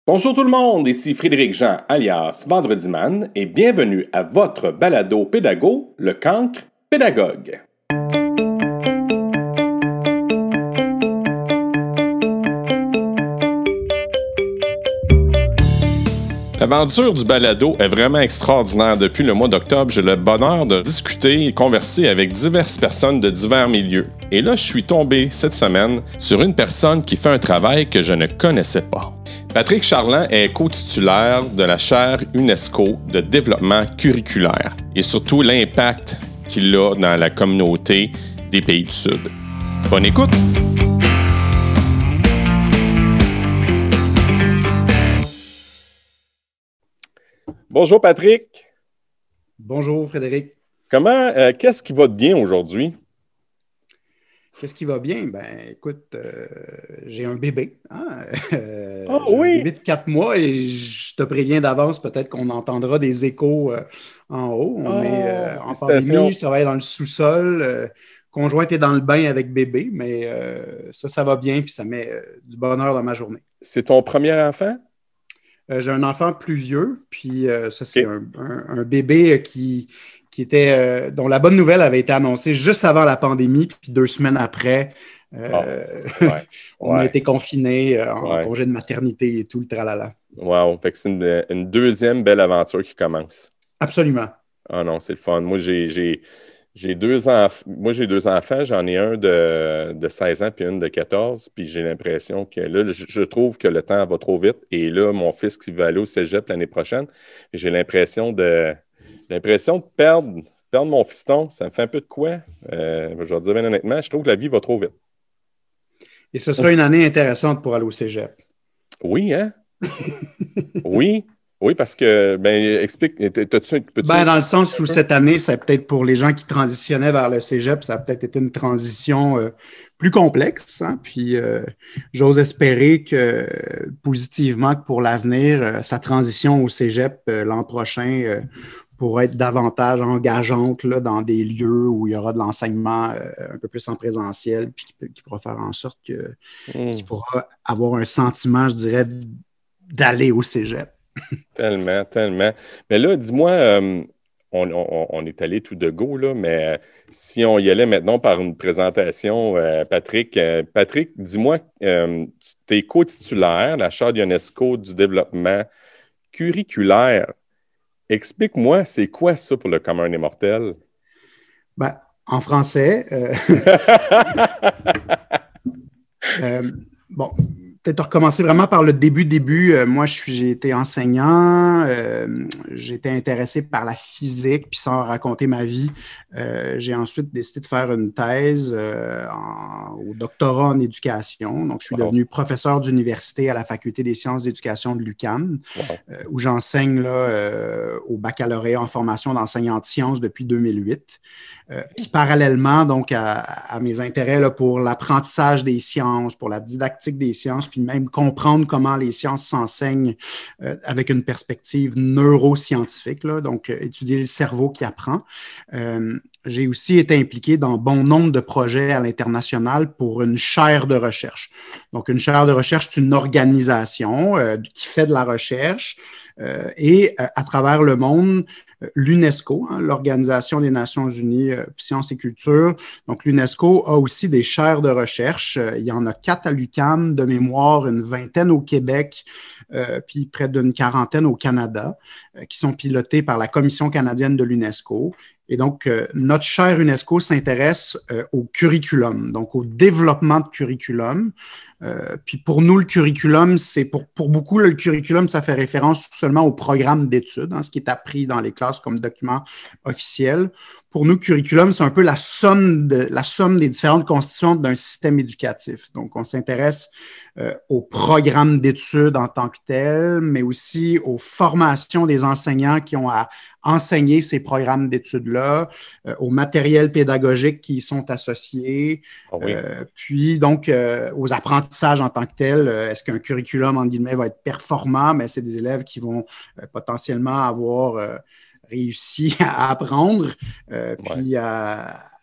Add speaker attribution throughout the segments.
Speaker 1: Bonjour tout le monde, ici Frédéric Jean alias Vendredi Man et bienvenue à votre balado pédago, le cancre pédagogue. L'aventure du balado est vraiment extraordinaire. Depuis le mois d'octobre, j'ai le bonheur de discuter et converser avec diverses personnes de divers milieux. Et là, je suis tombé cette semaine sur une personne qui fait un travail que je ne connaissais pas. Patrick Charland est co-titulaire de la chaire UNESCO de développement curriculaire et surtout l'impact qu'il a dans la communauté des pays du Sud. Bonne écoute! Bonjour Patrick.
Speaker 2: Bonjour Frédéric.
Speaker 1: Qu'est-ce qui va de bien aujourd'hui?
Speaker 2: Qu'est-ce qui va bien? Écoute, j'ai un bébé.
Speaker 1: Oui!
Speaker 2: Un bébé de 4 mois et je te préviens d'avance, peut-être qu'on entendra des échos en haut. On est en pandémie, je travaille dans le sous-sol. Conjointe est dans le bain avec bébé, mais ça va bien puis ça met du bonheur dans ma journée.
Speaker 1: C'est ton premier enfant?
Speaker 2: J'ai un enfant plus vieux, puis ça, c'est un bébé qui était, dont la bonne nouvelle avait été annoncée juste avant la pandémie, puis 2 semaines après, on a été confinés en congé de maternité et tout le tralala.
Speaker 1: Wow, fait que c'est une deuxième belle aventure qui commence.
Speaker 2: Absolument.
Speaker 1: Ah non, c'est le fun. Moi, j'ai 2 enfants. Moi, j'ai 2 enfants. J'en ai un de 16 ans puis une de 14. Puis j'ai l'impression que là, je trouve que le temps va trop vite. Et là, mon fils qui va aller au cégep l'année prochaine, j'ai l'impression de perdre mon fiston. Ça me fait un peu de quoi? Je vais dire bien honnêtement, je trouve que la vie va trop vite.
Speaker 2: Et ce sera une année intéressante pour aller au cégep.
Speaker 1: Oui, hein? Oui, parce que, explique,
Speaker 2: dans le sens où cette année, c'est peut-être pour les gens qui transitionnaient vers le cégep, ça a peut-être été une transition plus complexe. Hein? Puis, j'ose espérer que, positivement, que pour l'avenir, sa transition au cégep l'an prochain pourra être davantage engageante là, dans des lieux où il y aura de l'enseignement un peu plus en présentiel, puis qui pourra faire en sorte qu'il pourra avoir un sentiment, je dirais, d'aller au cégep.
Speaker 1: Tellement. Mais là, dis-moi, on est allé tout de go, là, mais si on y allait maintenant par une présentation, Patrick, dis-moi, tu es co-titulaire, la chaire d'UNESCO du développement curriculaire. Explique-moi, c'est quoi ça pour le commun des mortels?
Speaker 2: En français, peut-être recommencer vraiment par le début. Moi, j'ai été enseignant, j'ai été intéressé par la physique, puis sans raconter ma vie, j'ai ensuite décidé de faire une thèse au doctorat en éducation. Donc, je suis devenu professeur d'université à la Faculté des sciences d'éducation de l'UQAM, où j'enseigne au baccalauréat en formation d'enseignant de sciences depuis 2008. Puis parallèlement, donc, à mes intérêts là, pour l'apprentissage des sciences, pour la didactique des sciences, puis même comprendre comment les sciences s'enseignent avec une perspective neuroscientifique, là, donc étudier le cerveau qui apprend. J'ai aussi été impliqué dans bon nombre de projets à l'international pour une chaire de recherche. Donc, une chaire de recherche, c'est une organisation qui fait de la recherche et à travers le monde, l'UNESCO, l'Organisation des Nations Unies Sciences et Culture. Donc, l'UNESCO a aussi des chaires de recherche. Il y en a 4 à l'UQAM de mémoire, une 20aine au Québec, puis près d'une 40aine au Canada, qui sont pilotées par la Commission canadienne de l'UNESCO. Et donc, notre chaire UNESCO s'intéresse au curriculum, donc au développement de curriculum. Puis pour nous, le curriculum, c'est pour beaucoup, le curriculum, ça fait référence seulement au programme d'études, ce qui est appris dans les classes comme document officiel. Pour nous, curriculum, c'est un peu la somme des différentes constituantes d'un système éducatif. Donc, on s'intéresse au programme d'études en tant que tel, mais aussi aux formations des enseignants qui ont à enseigner ces programmes d'études-là, au matériel pédagogique qui y sont associés, puis donc aux apprentissages en tant que tel. Est-ce qu'un curriculum, en guillemets, va être performant? Mais c'est des élèves qui vont potentiellement avoir réussi à apprendre, puis à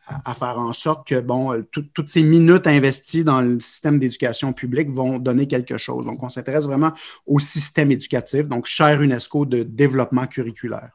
Speaker 2: à faire en sorte que, toutes ces minutes investies dans le système d'éducation publique vont donner quelque chose. Donc, on s'intéresse vraiment au système éducatif, donc cher UNESCO de développement curriculaire.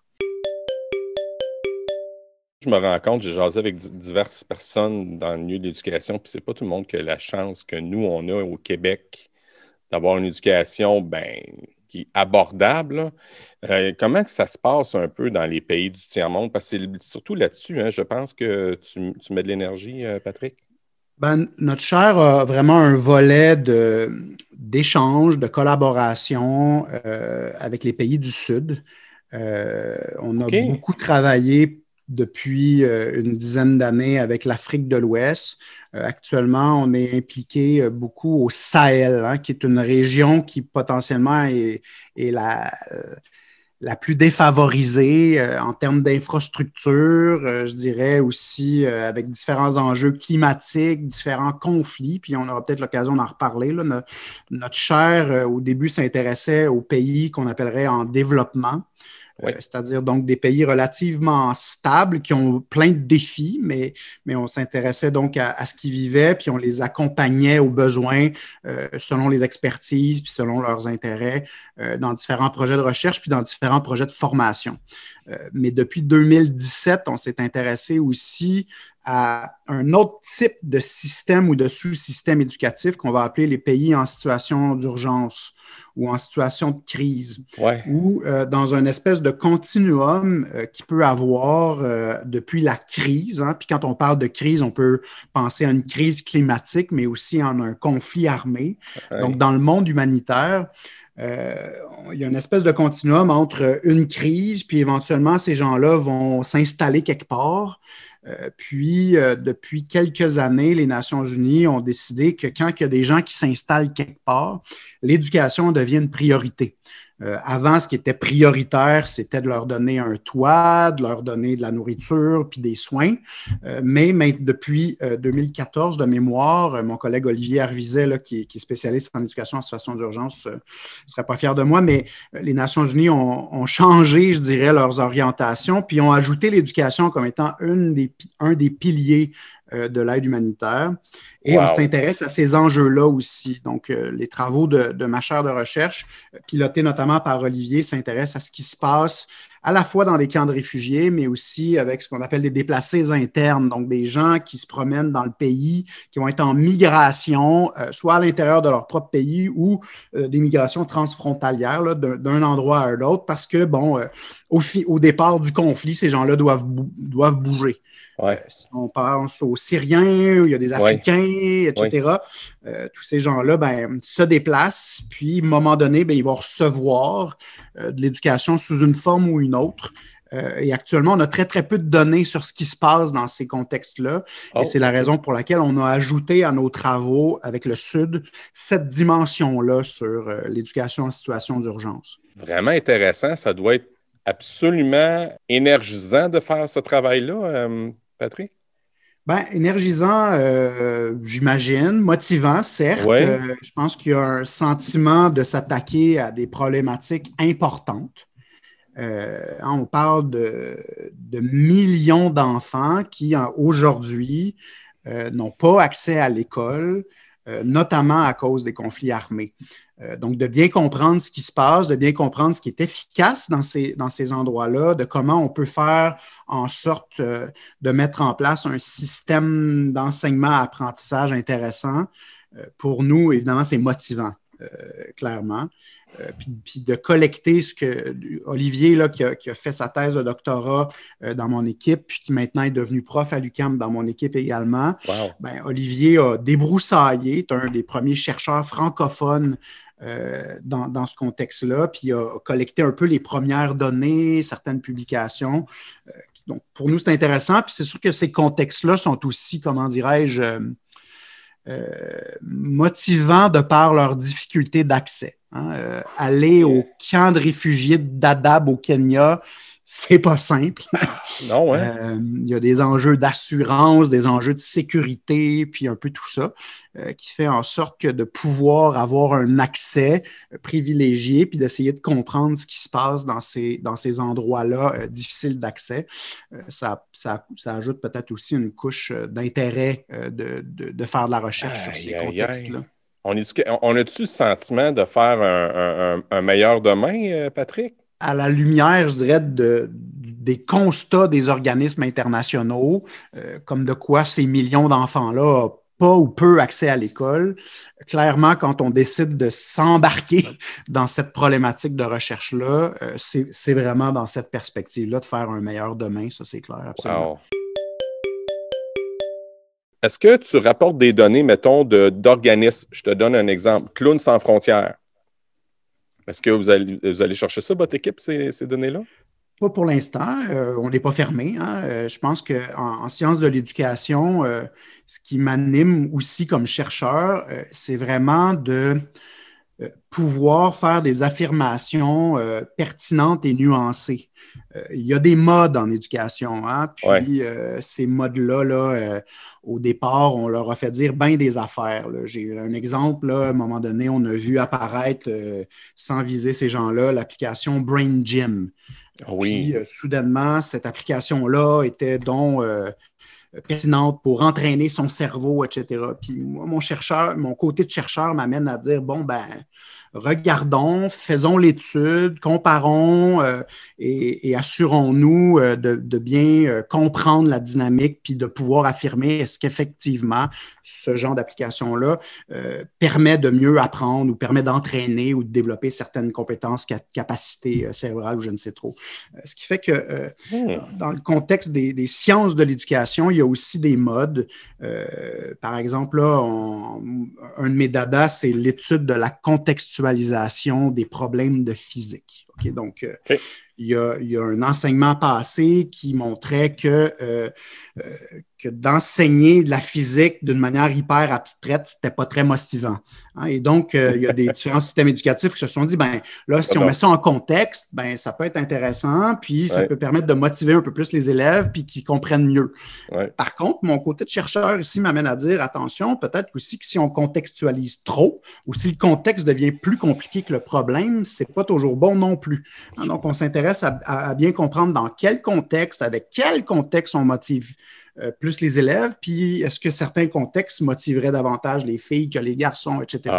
Speaker 1: Je me rends compte, j'ai jasé avec diverses personnes dans le milieu de l'éducation, puis c'est pas tout le monde qui a la chance que nous, on a au Québec d'avoir une éducation qui est abordable. Comment que ça se passe un peu dans les pays du tiers-monde? Parce que c'est surtout là-dessus, je pense que tu mets de l'énergie, Patrick.
Speaker 2: Notre chaire a vraiment un volet d'échange, de collaboration avec les pays du Sud. On a beaucoup travaillé depuis une dizaine d'années avec l'Afrique de l'Ouest. Actuellement, on est impliqué beaucoup au Sahel, qui est une région qui potentiellement est la plus défavorisée en termes d'infrastructure, je dirais aussi avec différents enjeux climatiques, différents conflits, puis on aura peut-être l'occasion d'en reparler. Là. Notre chaire, au début, s'intéressait aux pays qu'on appellerait en développement. Oui. C'est-à-dire donc des pays relativement stables qui ont plein de défis, mais on s'intéressait donc à ce qu'ils vivaient, puis on les accompagnait aux besoins selon les expertises, puis selon leurs intérêts dans différents projets de recherche, puis dans différents projets de formation. Mais depuis 2017, on s'est intéressé aussi à un autre type de système ou de sous-système éducatif qu'on va appeler les pays en situation d'urgence ou en situation de crise, ou dans une espèce de continuum qui peut avoir depuis la crise. Puis quand on parle de crise, on peut penser à une crise climatique, mais aussi en un conflit armé. Donc, dans le monde humanitaire, il y a une espèce de continuum entre une crise, puis éventuellement, ces gens-là vont s'installer quelque part. Puis, depuis quelques années, les Nations unies ont décidé que quand il y a des gens qui s'installent quelque part, l'éducation devient une priorité. Avant, ce qui était prioritaire, c'était de leur donner un toit, de leur donner de la nourriture puis des soins. Mais depuis 2014, de mémoire, mon collègue Olivier Arvizet, là, qui est spécialiste en éducation en situation d'urgence, ne serait pas fier de moi, mais les Nations unies ont changé, je dirais, leurs orientations, puis ont ajouté l'éducation comme étant un des piliers de l'aide humanitaire. Et on s'intéresse à ces enjeux-là aussi. Donc, les travaux de ma chaire de recherche, pilotés notamment par Olivier, s'intéressent à ce qui se passe à la fois dans les camps de réfugiés, mais aussi avec ce qu'on appelle des déplacés internes, donc des gens qui se promènent dans le pays, qui vont être en migration, soit à l'intérieur de leur propre pays ou des migrations transfrontalières là, d'un endroit à un autre, parce que, au départ du conflit, ces gens-là doivent bouger. Si on pense aux Syriens, il y a des Africains, etc. Tous ces gens-là se déplacent, puis à un moment donné, ils vont recevoir de l'éducation sous une forme ou une autre. Et actuellement, on a très, très peu de données sur ce qui se passe dans ces contextes-là. Et c'est la raison pour laquelle on a ajouté à nos travaux avec le Sud cette dimension-là sur l'éducation en situation d'urgence.
Speaker 1: Vraiment intéressant. Ça doit être absolument énergisant de faire ce travail-là, Patrick?
Speaker 2: Énergisant, j'imagine. Motivant, certes. Je pense qu'il y a un sentiment de s'attaquer à des problématiques importantes. On parle de millions d'enfants qui, aujourd'hui, n'ont pas accès à l'école, notamment à cause des conflits armés. Donc, de bien comprendre ce qui se passe, de bien comprendre ce qui est efficace dans ces endroits-là, de comment on peut faire en sorte de mettre en place un système d'enseignement-apprentissage intéressant. Pour nous, évidemment, c'est motivant, clairement. Puis de collecter ce que Olivier, là, qui a fait sa thèse de doctorat dans mon équipe, puis qui maintenant est devenu prof à l'UQAM dans mon équipe également. Olivier a débroussaillé, est un des premiers chercheurs francophones dans ce contexte-là, puis a collecté un peu les premières données, certaines publications. Donc, pour nous, c'est intéressant, puis c'est sûr que ces contextes-là sont aussi, comment dirais-je, motivants de par leur difficulté d'accès. Aller au camp de réfugiés de Dadaab au Kenya, c'est pas simple.
Speaker 1: Non, hein?
Speaker 2: Il y a des enjeux d'assurance, des enjeux de sécurité, puis un peu tout ça, qui fait en sorte que de pouvoir avoir un accès privilégié, puis d'essayer de comprendre ce qui se passe dans ces endroits-là difficiles d'accès, ça ajoute peut-être aussi une couche d'intérêt de faire de la recherche sur ces contextes-là.
Speaker 1: On a-tu le sentiment de faire un meilleur demain, Patrick?
Speaker 2: À la lumière, je dirais, des constats des organismes internationaux, comme de quoi ces millions d'enfants-là n'ont pas ou peu accès à l'école. Clairement, quand on décide de s'embarquer dans cette problématique de recherche-là, c'est vraiment dans cette perspective-là de faire un meilleur demain, ça c'est clair, absolument.
Speaker 1: Wow. Est-ce que tu rapportes des données, mettons, d'organismes? Je te donne un exemple. Clowns sans frontières. Est-ce que vous allez chercher ça, votre équipe, ces données-là?
Speaker 2: Pas pour l'instant. On n'est pas fermé. Hein. Je pense qu'en sciences de l'éducation, ce qui m'anime aussi comme chercheur, c'est vraiment de pouvoir faire des affirmations pertinentes et nuancées. Il y a des modes en éducation, hein? Puis ces modes-là, au départ, on leur a fait dire bien des affaires. Là. J'ai un exemple, là, à un moment donné, on a vu apparaître, sans viser ces gens-là, l'application Brain Gym.
Speaker 1: Oui.
Speaker 2: Puis, soudainement, cette application-là était donc pertinente pour entraîner son cerveau, etc. Puis moi, mon côté de chercheur m'amène à dire, bon, ben, regardons, faisons l'étude, comparons et assurons-nous de bien comprendre la dynamique puis de pouvoir affirmer est-ce qu'effectivement ce genre d'application-là permet de mieux apprendre ou permet d'entraîner ou de développer certaines compétences, capacités cérébrales ou je ne sais trop. Ce qui fait que dans le contexte des sciences de l'éducation, il y a aussi des modes. Par exemple, là, un de mes dadas, c'est l'étude de la contextualisation des problèmes de physique. Okay? Donc, il y a un enseignement passé qui montrait que d'enseigner de la physique d'une manière hyper abstraite, c'était pas très motivant. Hein? Et donc, il y a des différents systèmes éducatifs qui se sont dit, ben là, si on met ça en contexte, ben ça peut être intéressant, puis ça peut permettre de motiver un peu plus les élèves, puis qu'ils comprennent mieux. Ouais. Par contre, mon côté de chercheur ici m'amène à dire, attention, peut-être aussi que si on contextualise trop, ou si le contexte devient plus compliqué que le problème, c'est pas toujours bon non plus. Hein? Donc, on s'intéresse à bien comprendre dans quel contexte, avec quel contexte on motive plus les élèves, puis est-ce que certains contextes motiveraient davantage les filles que les garçons, etc.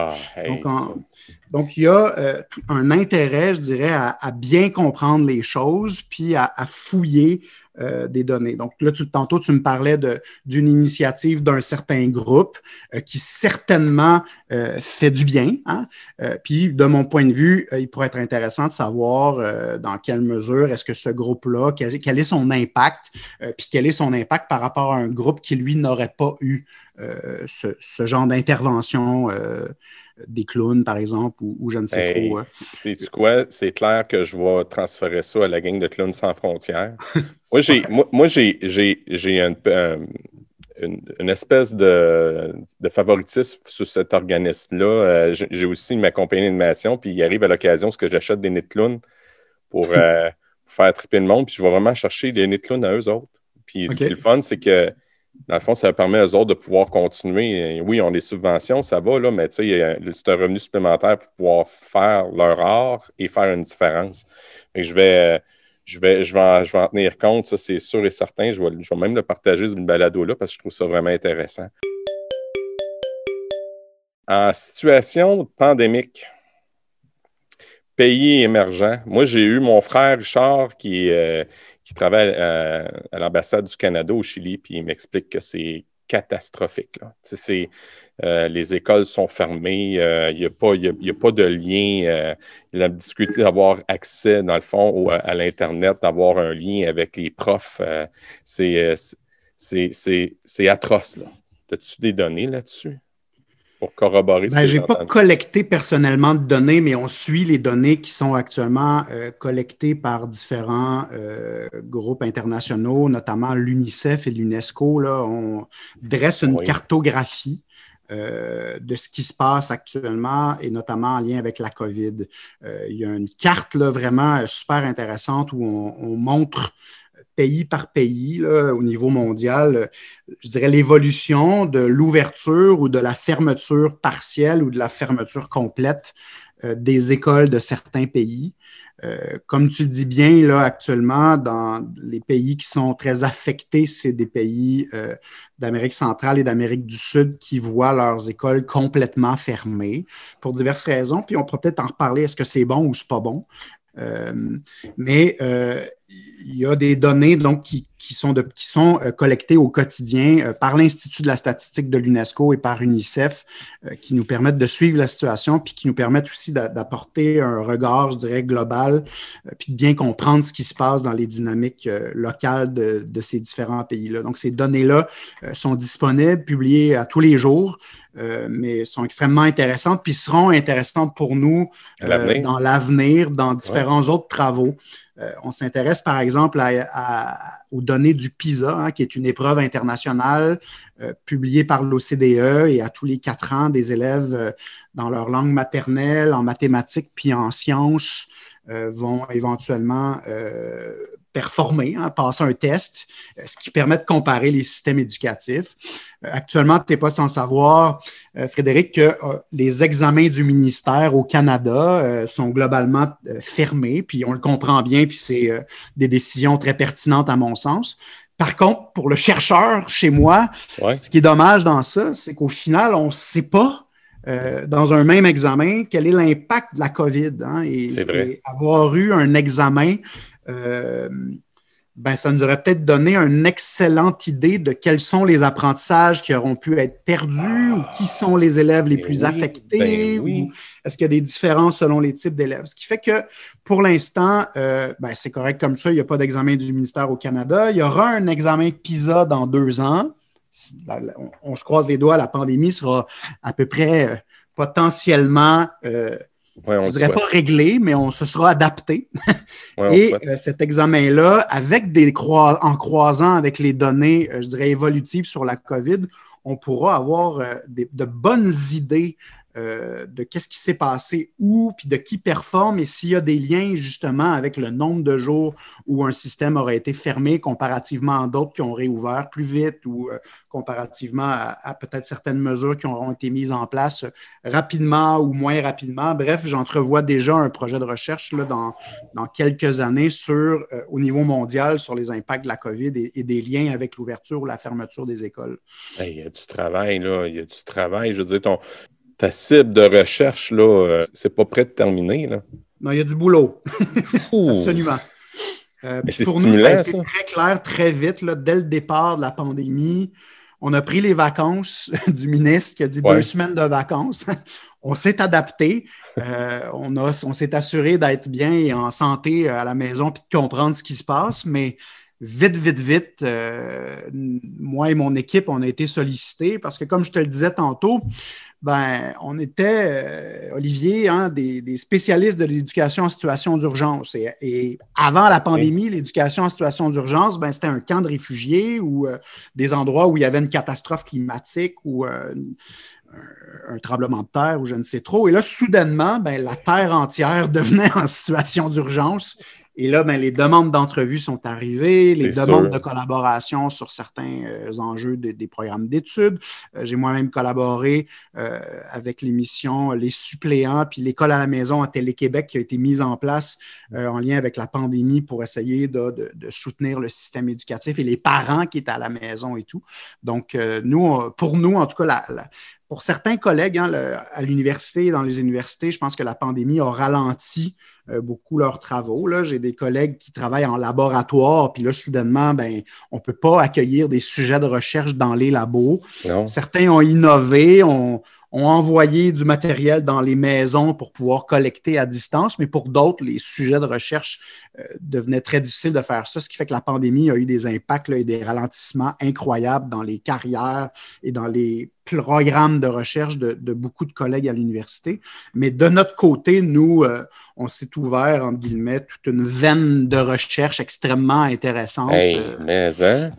Speaker 2: Donc, il y a un intérêt, je dirais, à bien comprendre les choses, puis à fouiller des données. Donc là, tantôt, tu me parlais d'une initiative d'un certain groupe qui certainement fait du bien. Hein? Puis, de mon point de vue, il pourrait être intéressant de savoir dans quelle mesure est-ce que ce groupe-là, quel est son impact, puis quel est son impact par rapport à un groupe qui, lui, n'aurait pas eu ce genre d'intervention des clowns, par exemple, ou je ne sais trop.
Speaker 1: Sais-tu quoi? C'est clair que je vais transférer ça à la gang de Clowns sans frontières. Moi, j'ai une espèce de favoritisme sur cet organisme-là. J'ai aussi ma compagnie d'animation, puis il arrive à l'occasion que j'achète des nids de clowns pour faire triper le monde, puis je vais vraiment chercher des nids de clowns à eux autres. Puis ce qui est le fun, c'est que dans le fond, ça permet aux autres de pouvoir continuer. Oui, on a des subventions, ça va, là, mais c'est un revenu supplémentaire pour pouvoir faire leur art et faire une différence. Et je vais en tenir compte, ça, c'est sûr et certain. Je vais même le partager, ce balado-là, parce que je trouve ça vraiment intéressant. En situation pandémique, pays émergent, moi, j'ai eu mon frère Richard qui travaille à l'ambassade du Canada au Chili, puis il m'explique que c'est catastrophique. Là. Les écoles sont fermées, il n'y a pas de lien. La difficulté d'avoir accès, dans le fond, à l'Internet, d'avoir un lien avec les profs, c'est atroce. Là. As-tu des données là-dessus? Pour corroborer ce que
Speaker 2: je n'ai pas collecté personnellement de données, mais on suit les données qui sont actuellement collectées par différents groupes internationaux, notamment l'UNICEF et l'UNESCO. Là, on dresse une cartographie de ce qui se passe actuellement et notamment en lien avec la COVID. Il y a une carte là, vraiment super intéressante où on montre pays par pays, là, au niveau mondial, je dirais l'évolution de l'ouverture ou de la fermeture partielle ou de la fermeture complète des écoles de certains pays. Comme tu le dis bien, là, actuellement, dans les pays qui sont très affectés, c'est des pays d'Amérique centrale et d'Amérique du Sud qui voient leurs écoles complètement fermées pour diverses raisons. Puis on pourra peut-être en reparler, est-ce que c'est bon ou c'est pas bon? Mais il y a des données donc, qui sont collectées au quotidien par l'Institut de la statistique de l'UNESCO et par UNICEF qui nous permettent de suivre la situation puis qui nous permettent aussi d'apporter un regard, je dirais, global puis de bien comprendre ce qui se passe dans les dynamiques locales de ces différents pays-là. Donc, ces données-là sont disponibles, publiées à tous les jours. Mais sont extrêmement intéressantes, puis seront intéressantes pour nous dans l'avenir, dans différents autres travaux. On s'intéresse, par exemple, aux données du PISA, hein, qui est une épreuve internationale publiée par l'OCDE et à tous les 4 ans, des élèves dans leur langue maternelle, en mathématiques, puis en sciences, vont éventuellement performer, hein, passer un test, ce qui permet de comparer les systèmes éducatifs. Actuellement, tu n'es pas sans savoir, Frédéric, que les examens du ministère au Canada sont globalement fermés, puis on le comprend bien, puis c'est des décisions très pertinentes à mon sens. Par contre, pour le chercheur chez moi, ce qui est dommage dans ça, c'est qu'au final, on ne sait pas dans un même examen quel est l'impact de la COVID. Hein, et avoir eu un examen ça nous aurait peut-être donné une excellente idée de quels sont les apprentissages qui auront pu être perdus ou qui sont les élèves les plus affectés. Ou est-ce qu'il y a des différences selon les types d'élèves? Ce qui fait que pour l'instant, c'est correct comme ça. Il n'y a pas d'examen du ministère au Canada. Il y aura un examen PISA dans 2 ans. On se croise les doigts, la pandémie sera à peu près potentiellement... je ne dirais pas réglé, mais on se sera adapté. Et cet examen-là, avec en croisant avec les données, je dirais, évolutives sur la COVID, on pourra avoir de bonnes idées de qu'est-ce qui s'est passé où, puis de qui performe et s'il y a des liens justement avec le nombre de jours où un système aurait été fermé comparativement à d'autres qui ont réouvert plus vite ou comparativement à peut-être certaines mesures qui auront été mises en place rapidement ou moins rapidement. Bref, j'entrevois déjà un projet de recherche là, dans quelques années au niveau mondial sur les impacts de la COVID et des liens avec l'ouverture ou la fermeture des écoles.
Speaker 1: Il y a du travail, là. Il y a du travail. Je veux dire, ta cible de recherche, là, c'est pas prêt de terminer, là.
Speaker 2: Non, il y a du boulot. Absolument.
Speaker 1: Mais c'est
Speaker 2: pour
Speaker 1: stimulant,
Speaker 2: nous, ça a été
Speaker 1: ça.
Speaker 2: très clair, très vite, là, dès le départ de la pandémie. On a pris les vacances du ministre qui a dit 2 semaines de vacances. On s'est adapté. On s'est assuré d'être bien et en santé à la maison puis de comprendre ce qui se passe, mais vite, moi et mon équipe, on a été sollicités parce que, comme je te le disais tantôt, on était, Olivier, hein, des spécialistes de l'éducation en situation d'urgence. Et avant la pandémie, l'éducation en situation d'urgence, c'était un camp de réfugiés ou des endroits où il y avait une catastrophe climatique ou un tremblement de terre ou je ne sais trop. Et là, soudainement, la terre entière devenait en situation d'urgence. Et là, les demandes d'entrevue sont arrivées, les demandes de collaboration sur certains enjeux des programmes d'études. J'ai moi-même collaboré avec l'émission Les Suppléants, puis l'École à la maison à Télé-Québec qui a été mise en place en lien avec la pandémie pour essayer de soutenir le système éducatif et les parents qui étaient à la maison et tout. Donc, pour nous, en tout cas, pour certains collègues à l'université et dans les universités, je pense que la pandémie a ralenti beaucoup leurs travaux. Là. J'ai des collègues qui travaillent en laboratoire, puis là, soudainement, on ne peut pas accueillir des sujets de recherche dans les labos.
Speaker 1: Non.
Speaker 2: Certains ont innové, ont envoyé du matériel dans les maisons pour pouvoir collecter à distance, mais pour d'autres, les sujets de recherche devenaient très difficiles de faire ça, ce qui fait que la pandémie a eu des impacts là, et des ralentissements incroyables dans les carrières et dans les programmes de recherche de beaucoup de collègues à l'université. Mais de notre côté, nous, on s'est ouvert, entre guillemets, toute une veine de recherche extrêmement intéressante.
Speaker 1: Mais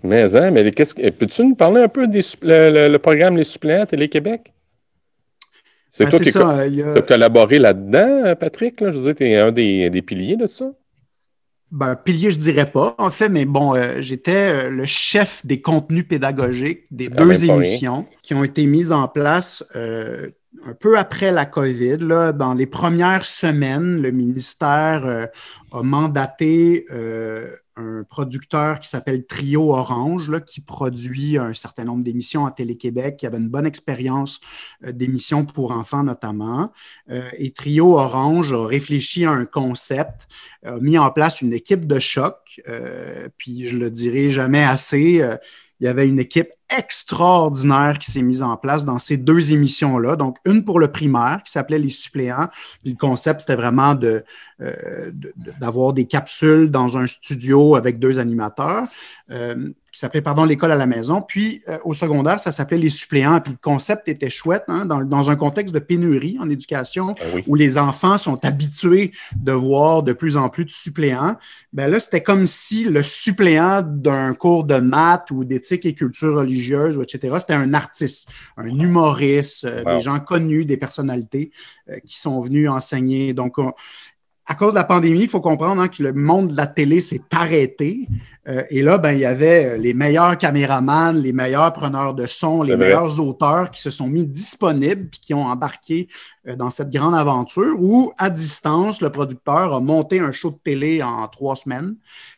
Speaker 1: peux-tu nous parler un peu le programme Les Suppléants à Télé-Québec? C'est toi qui as collaboré là-dedans, Patrick? Là? Je veux dire, tu es un des piliers de ça?
Speaker 2: Pilier, je dirais pas, en fait, mais bon, j'étais le chef des contenus pédagogiques des
Speaker 1: C'est quand même
Speaker 2: 2
Speaker 1: pas rien.
Speaker 2: émissions qui ont été mises en place un peu après la COVID. Là, dans les premières semaines, le ministère a mandaté un producteur qui s'appelle Trio Orange, là, qui produit un certain nombre d'émissions à Télé-Québec, qui avait une bonne expérience d'émissions pour enfants notamment. Et Trio Orange a réfléchi à un concept, a mis en place une équipe de choc, puis je le dirai jamais assez. Il y avait une équipe extraordinaire qui s'est mise en place dans ces 2 émissions-là. Donc, une pour le primaire qui s'appelait Les suppléants. Puis le concept, c'était vraiment d'avoir des capsules dans un studio avec 2 animateurs. Qui s'appelait, L'école à la maison. Puis, au secondaire, ça s'appelait Les suppléants. Puis, le concept était chouette, hein, dans un contexte de pénurie en éducation,
Speaker 1: Oui.
Speaker 2: où les enfants sont habitués de voir de plus en plus de suppléants. Ben là, c'était comme si le suppléant d'un cours de maths ou d'éthique et culture religieuse, etc., c'était un artiste, un humoriste, des gens connus, des personnalités qui sont venus enseigner. Donc, à cause de la pandémie, il faut comprendre que le monde de la télé s'est arrêté. Et là, il y avait les meilleurs caméramans, les meilleurs preneurs de son, les meilleurs auteurs qui se sont mis disponibles et qui ont embarqué dans cette grande aventure où, à distance, le producteur a monté un show de télé en 3 semaines.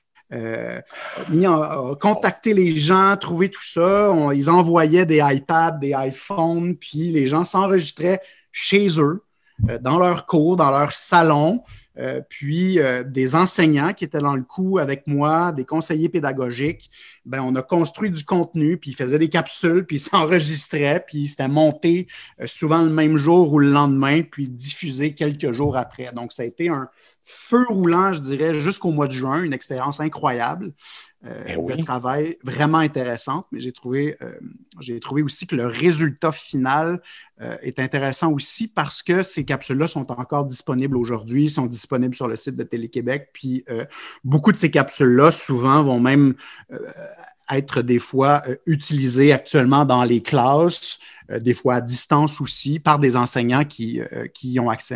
Speaker 2: Contacter les gens, trouver tout ça. Ils envoyaient des iPads, des iPhones, puis les gens s'enregistraient chez eux, dans leur cours, dans leur salon. Puis des enseignants qui étaient dans le coup avec moi, des conseillers pédagogiques, on a construit du contenu, puis ils faisaient des capsules, puis ils s'enregistraient, puis c'était monté souvent le même jour ou le lendemain, puis diffusé quelques jours après. Donc, ça a été un feu roulant, je dirais, jusqu'au mois de juin, une expérience incroyable. De travail vraiment intéressante, mais j'ai trouvé aussi que le résultat final est intéressant aussi parce que ces capsules-là sont encore disponibles aujourd'hui, sont disponibles sur le site de Télé-Québec, puis beaucoup de ces capsules-là, souvent, vont même être des fois utilisées actuellement dans les classes, des fois à distance aussi, par des enseignants qui y ont accès.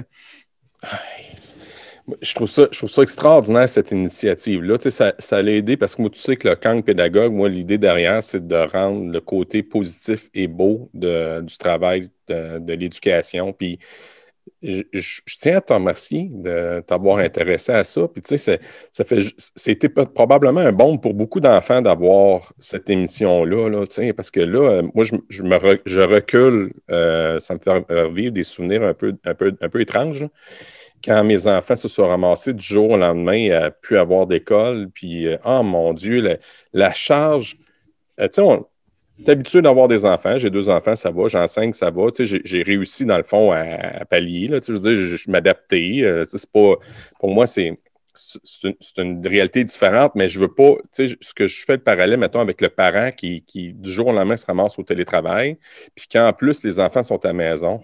Speaker 1: Je trouve ça extraordinaire, cette initiative-là. Tu sais, ça l'a aidé parce que moi, tu sais que le camp pédagogue, moi, l'idée derrière, c'est de rendre le côté positif et beau du travail de l'éducation. Puis, je tiens à te remercier de t'avoir intéressé à ça. Puis, tu sais, c'était probablement un bon pour beaucoup d'enfants d'avoir cette émission-là, là, tu sais, parce que là, moi, je recule, ça me fait revivre des souvenirs un peu étranges, là. Quand mes enfants se sont ramassés du jour au lendemain à pu avoir d'école, puis, oh mon Dieu, la charge, tu sais, t'es habitué d'avoir des enfants, j'ai 2 enfants, ça va, j'enseigne, ça va, tu sais, j'ai réussi dans le fond à pallier, là, tu sais, je veux dire, je m'adapter, c'est pas, pour moi, c'est une réalité différente, mais je veux pas, tu sais, ce que je fais le parallèle, mettons, avec le parent qui du jour au lendemain se ramasse au télétravail, puis qu'en plus, les enfants sont à la maison.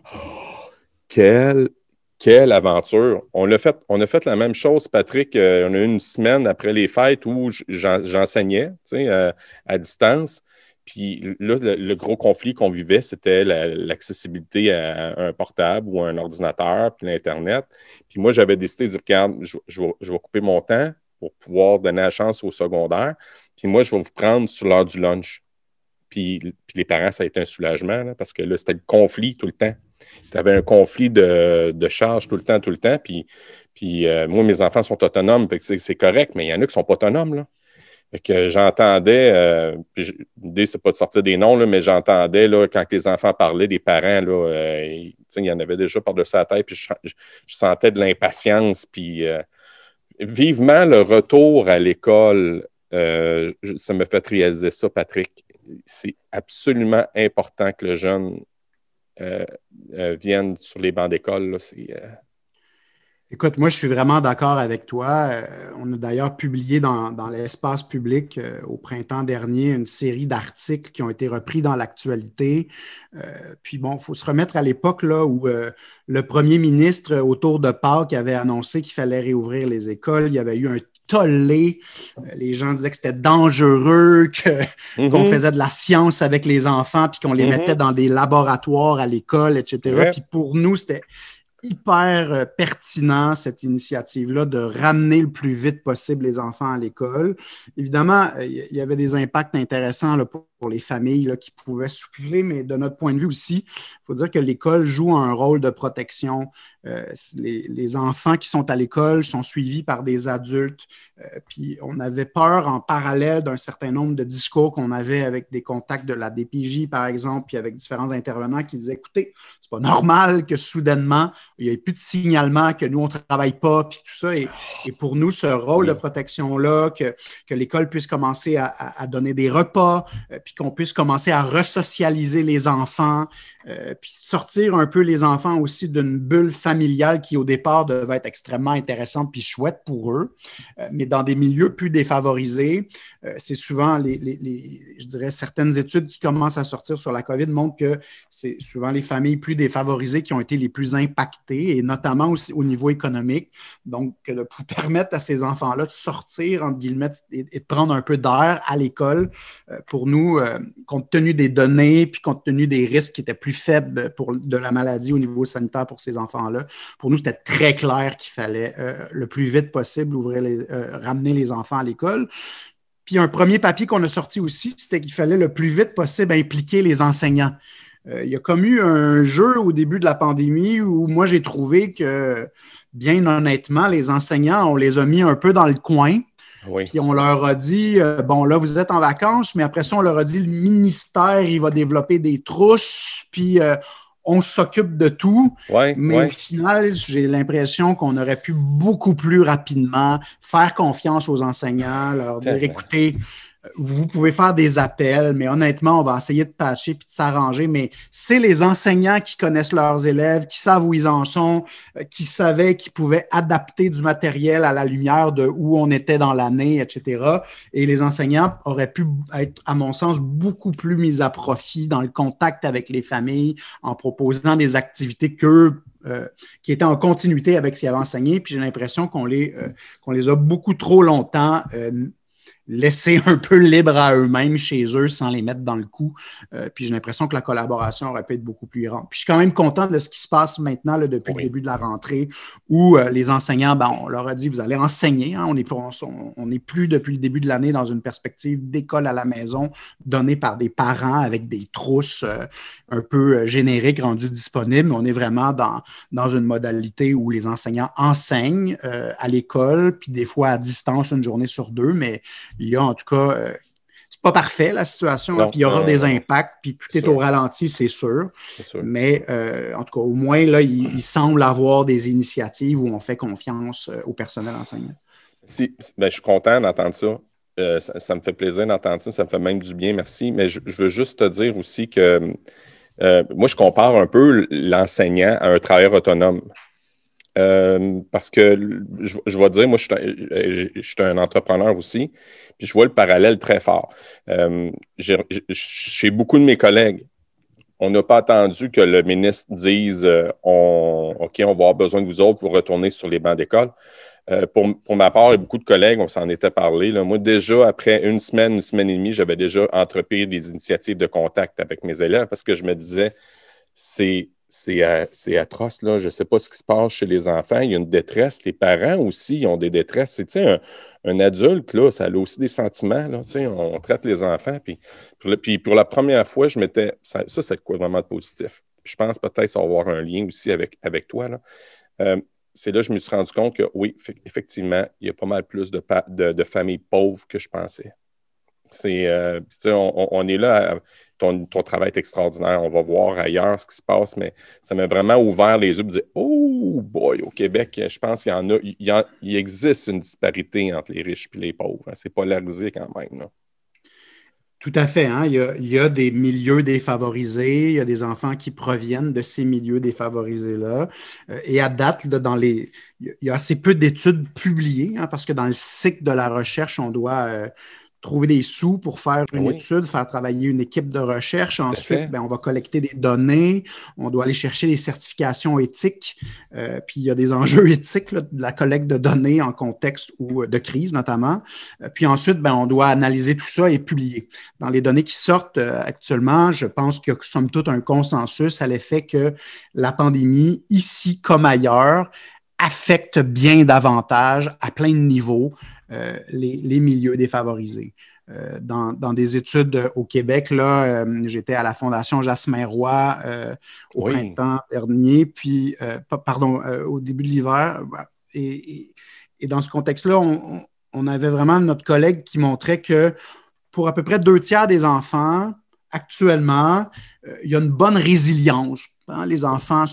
Speaker 1: Quelle aventure! On a fait la même chose, Patrick. On a eu une semaine après les fêtes où j'enseignais, tu sais, à distance. Puis là, le gros conflit qu'on vivait, c'était l'accessibilité à un portable ou à un ordinateur, puis l'Internet. Puis moi, j'avais décidé de dire, regarde, je vais couper mon temps pour pouvoir donner la chance au secondaire. Puis moi, je vais vous prendre sur l'heure du lunch. Puis les parents, ça a été un soulagement, là, parce que là, c'était le conflit tout le temps. Tu avais un conflit de charge tout le temps. Puis moi, mes enfants sont autonomes, fait que c'est correct, mais il y en a qui ne sont pas autonomes, là. Fait que j'entendais, l'idée, c'est pas de sortir des noms, là, mais j'entendais là, quand les enfants parlaient, des parents, là, il y en avait déjà par-dessus la tête, puis je sentais de l'impatience. Puis vivement le retour à l'école, ça me fait réaliser ça, Patrick. C'est absolument important que le jeune viennent sur les bancs d'école. Là,
Speaker 2: Écoute, moi, je suis vraiment d'accord avec toi. On a d'ailleurs publié dans l'espace public au printemps dernier une série d'articles qui ont été repris dans l'actualité. Puis bon, il faut se remettre à l'époque là, où le premier ministre, autour de Pâques, avait annoncé qu'il fallait réouvrir les écoles. Il y avait eu un tollé. Les gens disaient que c'était dangereux, qu'on faisait de la science avec les enfants, puis qu'on les mettait dans des laboratoires à l'école, etc. Puis pour nous, c'était hyper pertinent, cette initiative-là, de ramener le plus vite possible les enfants à l'école. Évidemment, il y avait des impacts intéressants là, pour les familles là, qui pouvaient souffler, mais de notre point de vue aussi, il faut dire que l'école joue un rôle de protection. Les enfants qui sont à l'école sont suivis par des adultes. Puis on avait peur en parallèle d'un certain nombre de discours qu'on avait avec des contacts de la DPJ, par exemple, puis avec différents intervenants qui disaient, écoutez, c'est pas normal que soudainement, il n'y ait plus de signalement, que nous, on ne travaille pas, puis tout ça. Et pour nous, ce rôle de protection-là, que l'école puisse commencer à donner des repas, puis qu'on puisse commencer à resocialiser les enfants, puis sortir un peu les enfants aussi d'une bulle familiale qui, au départ, devait être extrêmement intéressante puis chouette pour eux. Mais dans des milieux plus défavorisés, c'est souvent, je dirais, certaines études qui commencent à sortir sur la COVID montrent que c'est souvent les familles plus défavorisées qui ont été les plus impactées, et notamment aussi au niveau économique. Donc, de permettre à ces enfants-là de sortir, entre guillemets, et de prendre un peu d'air à l'école, pour nous, compte tenu des données, puis compte tenu des risques qui étaient plus faibles de la maladie au niveau sanitaire pour ces enfants-là, pour nous, c'était très clair qu'il fallait le plus vite possible ramener les enfants à l'école. Puis un premier papier qu'on a sorti aussi, c'était qu'il fallait le plus vite possible impliquer les enseignants. Il y a comme eu un jeu au début de la pandémie où moi, j'ai trouvé que, bien honnêtement, les enseignants, on les a mis un peu dans le coin. Oui. Puis on leur a dit, bon, là, vous êtes en vacances, mais après ça, on leur a dit, le ministère, il va développer des trousses, puis on s'occupe de tout. Ouais, mais au final, j'ai l'impression qu'on aurait pu beaucoup plus rapidement faire confiance aux enseignants, leur dire, écoutez, vous pouvez faire des appels, mais honnêtement, on va essayer de patcher puis de s'arranger. Mais c'est les enseignants qui connaissent leurs élèves, qui savent où ils en sont, qui savaient qu'ils pouvaient adapter du matériel à la lumière de où on était dans l'année, etc. Et les enseignants auraient pu être, à mon sens, beaucoup plus mis à profit dans le contact avec les familles en proposant des activités qui étaient en continuité avec ce qu'ils avaient enseigné. Puis j'ai l'impression qu'on les a beaucoup trop longtemps laisser un peu libres à eux-mêmes chez eux sans les mettre dans le coup. Puis j'ai l'impression que la collaboration aurait pu être beaucoup plus grande. Puis je suis quand même content de ce qui se passe maintenant là, depuis le début de la rentrée où les enseignants, on leur a dit, vous allez enseigner. Hein, on n'est plus depuis le début de l'année dans une perspective d'école à la maison donnée par des parents avec des trousses un peu génériques rendues disponibles. On est vraiment dans une modalité où les enseignants enseignent à l'école, puis des fois à distance une journée sur deux, mais il y a en tout cas, c'est pas parfait la situation, puis il y aura des impacts, puis tout est au ralenti, c'est sûr. Mais en tout cas, au moins, là, il semble avoir des initiatives où on fait confiance au personnel enseignant.
Speaker 1: Je suis content d'entendre ça. Ça me fait plaisir d'entendre ça, ça me fait même du bien, merci. Mais je veux juste te dire aussi que moi, je compare un peu l'enseignant à un travailleur autonome. Parce que je vais te dire, moi, je suis un entrepreneur aussi, puis je vois le parallèle très fort. Chez beaucoup de mes collègues, on n'a pas attendu que le ministre dise OK, on va avoir besoin de vous autres pour retourner sur les bancs d'école. Pour ma part, et beaucoup de collègues, on s'en était parlé. Là. Moi, déjà, après une semaine et demie, j'avais déjà entrepris des initiatives de contact avec mes élèves parce que je me disais, c'est atroce, là. Je ne sais pas ce qui se passe chez les enfants. Il y a une détresse. Les parents aussi ils ont des détresses. Tu sais, un adulte, là, ça a aussi des sentiments. Là, tu sais, on traite les enfants. Puis pour la première fois, ça, c'est quoi vraiment de positif. Puis je pense peut-être ça va avoir un lien aussi avec toi. Là. C'est là que je me suis rendu compte que oui, effectivement, il y a pas mal plus de familles pauvres que je pensais. On est là, ton travail est extraordinaire, on va voir ailleurs ce qui se passe, mais ça m'a vraiment ouvert les yeux pour dire « Oh boy, au Québec, je pense qu'il existe une disparité entre les riches et les pauvres. Hein. C'est polarisé quand même. » là.
Speaker 2: Tout à fait. Hein? Il y a des milieux défavorisés, il y a des enfants qui proviennent de ces milieux défavorisés-là. Et à date, là, il y a assez peu d'études publiées, hein, parce que dans le cycle de la recherche, on doit trouver des sous pour faire une
Speaker 1: Oui.
Speaker 2: étude, faire travailler une équipe de recherche.
Speaker 1: Tout à fait.
Speaker 2: Ensuite, on va collecter des données. On doit aller chercher les certifications éthiques. Puis, il y a des enjeux éthiques là, de la collecte de données en contexte ou de crise, notamment. Puis ensuite, on doit analyser tout ça et publier. Dans les données qui sortent actuellement, je pense qu'il y a somme toute un consensus à l'effet que la pandémie, ici comme ailleurs, affecte bien davantage, à plein de niveaux, les milieux défavorisés. Dans des études au Québec, là, j'étais à la Fondation Jasmin-Roy au printemps dernier, puis, au début de l'hiver. Et dans ce contexte-là, on avait vraiment notre collègue qui montrait que pour à peu près 2/3 des enfants, actuellement, il y a une bonne résilience. Hein? Les enfants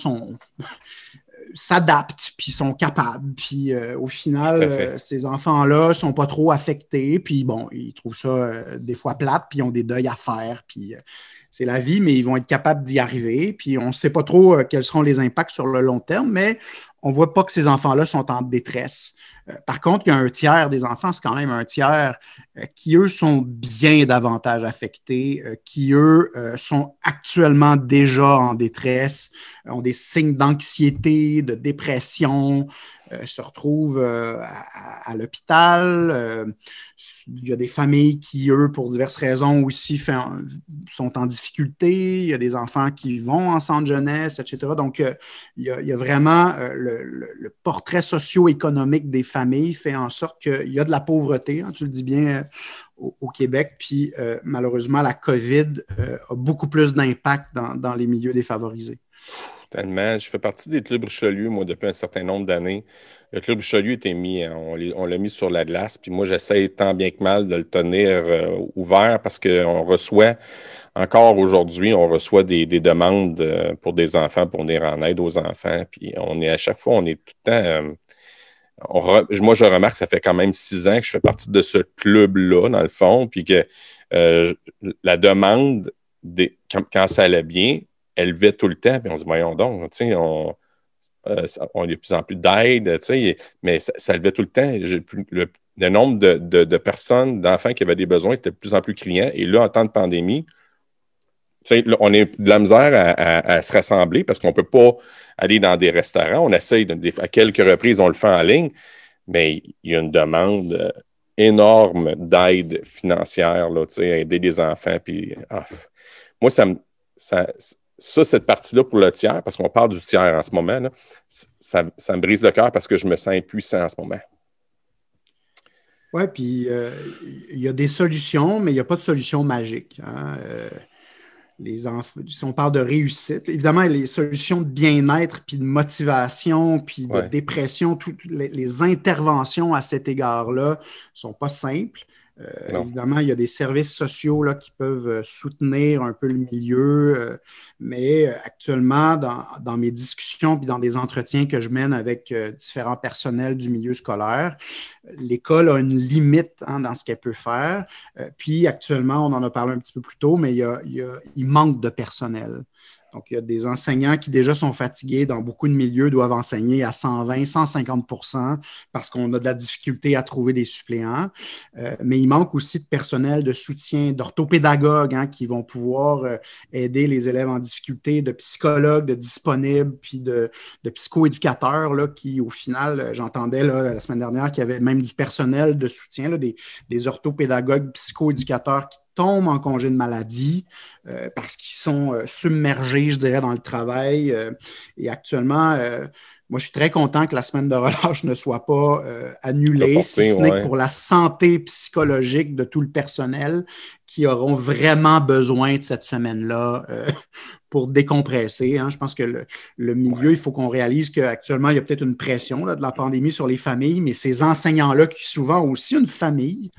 Speaker 2: s'adaptent, puis sont capables. Puis au final, ces enfants-là ne sont pas trop affectés. Puis ils trouvent ça des fois plate, puis ils ont des deuils à faire. Puis c'est la vie, mais ils vont être capables d'y arriver. Puis on ne sait pas trop quels seront les impacts sur le long terme, mais on ne voit pas que ces enfants-là sont en détresse. Par contre, il y a un tiers des enfants, c'est quand même un tiers qui, eux, sont bien davantage affectés, qui, eux, sont actuellement déjà en détresse, ont des signes d'anxiété, de dépression, se retrouvent à l'hôpital. Il y a des familles qui, eux, pour diverses raisons aussi, sont en difficulté. Il y a des enfants qui vont en centre jeunesse, etc. Donc, il y a vraiment le portrait socio-économique des familles fait en sorte qu'il y a de la pauvreté, hein, tu le dis bien, au Québec. Puis, malheureusement, la COVID a beaucoup plus d'impact dans les milieux défavorisés.
Speaker 1: Tellement. Je fais partie des clubs Richelieu, moi, depuis un certain nombre d'années. Le club Richelieu était mis, on l'a mis sur la glace, puis moi, j'essaie tant bien que mal de le tenir ouvert parce qu'on reçoit, encore aujourd'hui, on reçoit des demandes pour des enfants, pour venir en aide aux enfants, puis à chaque fois, on est tout le temps... moi, je remarque que ça fait quand même 6 ans que je fais partie de ce club-là, dans le fond, puis que la demande, quand ça allait bien, elle levait tout le temps, puis on se dit, voyons donc, on a de plus en plus d'aide, mais ça levait tout le temps. Le nombre de personnes, d'enfants qui avaient des besoins était de plus en plus criant. Et là, en temps de pandémie, là, on a de la misère à se rassembler parce qu'on ne peut pas aller dans des restaurants. On essaye, à quelques reprises, on le fait en ligne, mais il y a une demande énorme d'aide financière, là, à aider les enfants. Puis, moi, cette partie-là pour le tiers, parce qu'on parle du tiers en ce moment, là, ça me brise le cœur parce que je me sens impuissant en ce moment.
Speaker 2: Oui, puis il y a des solutions, mais il n'y a pas de solution magique. Hein? Si on parle de réussite, évidemment, les solutions de bien-être, puis de motivation, puis de dépression, toutes les interventions à cet égard-là ne sont pas simples. Évidemment, il y a des services sociaux là, qui peuvent soutenir un peu le milieu, mais actuellement, dans mes discussions puis dans des entretiens que je mène avec différents personnels du milieu scolaire, l'école a une limite dans ce qu'elle peut faire. Puis actuellement, on en a parlé un petit peu plus tôt, mais il manque de personnel. Donc, il y a des enseignants qui déjà sont fatigués dans beaucoup de milieux, doivent enseigner à 120, 150% parce qu'on a de la difficulté à trouver des suppléants. Mais il manque aussi de personnel de soutien, d'orthopédagogues qui vont pouvoir aider les élèves en difficulté, de psychologues, de disponibles, puis de psychoéducateurs là, qui, au final, j'entendais la semaine dernière qu'il y avait même du personnel de soutien, là, des orthopédagogues, psychoéducateurs qui tombent en congé de maladie parce qu'ils sont submergés, je dirais, dans le travail. Et actuellement, moi, je suis très content que la semaine de relâche ne soit pas annulée, si ce n'est que pour la santé psychologique de tout le personnel qui auront vraiment besoin de cette semaine-là pour décompresser. Hein. Je pense que le milieu, il faut qu'on réalise qu'actuellement, il y a peut-être une pression là, de la pandémie sur les familles, mais ces enseignants-là qui souvent ont aussi une famille,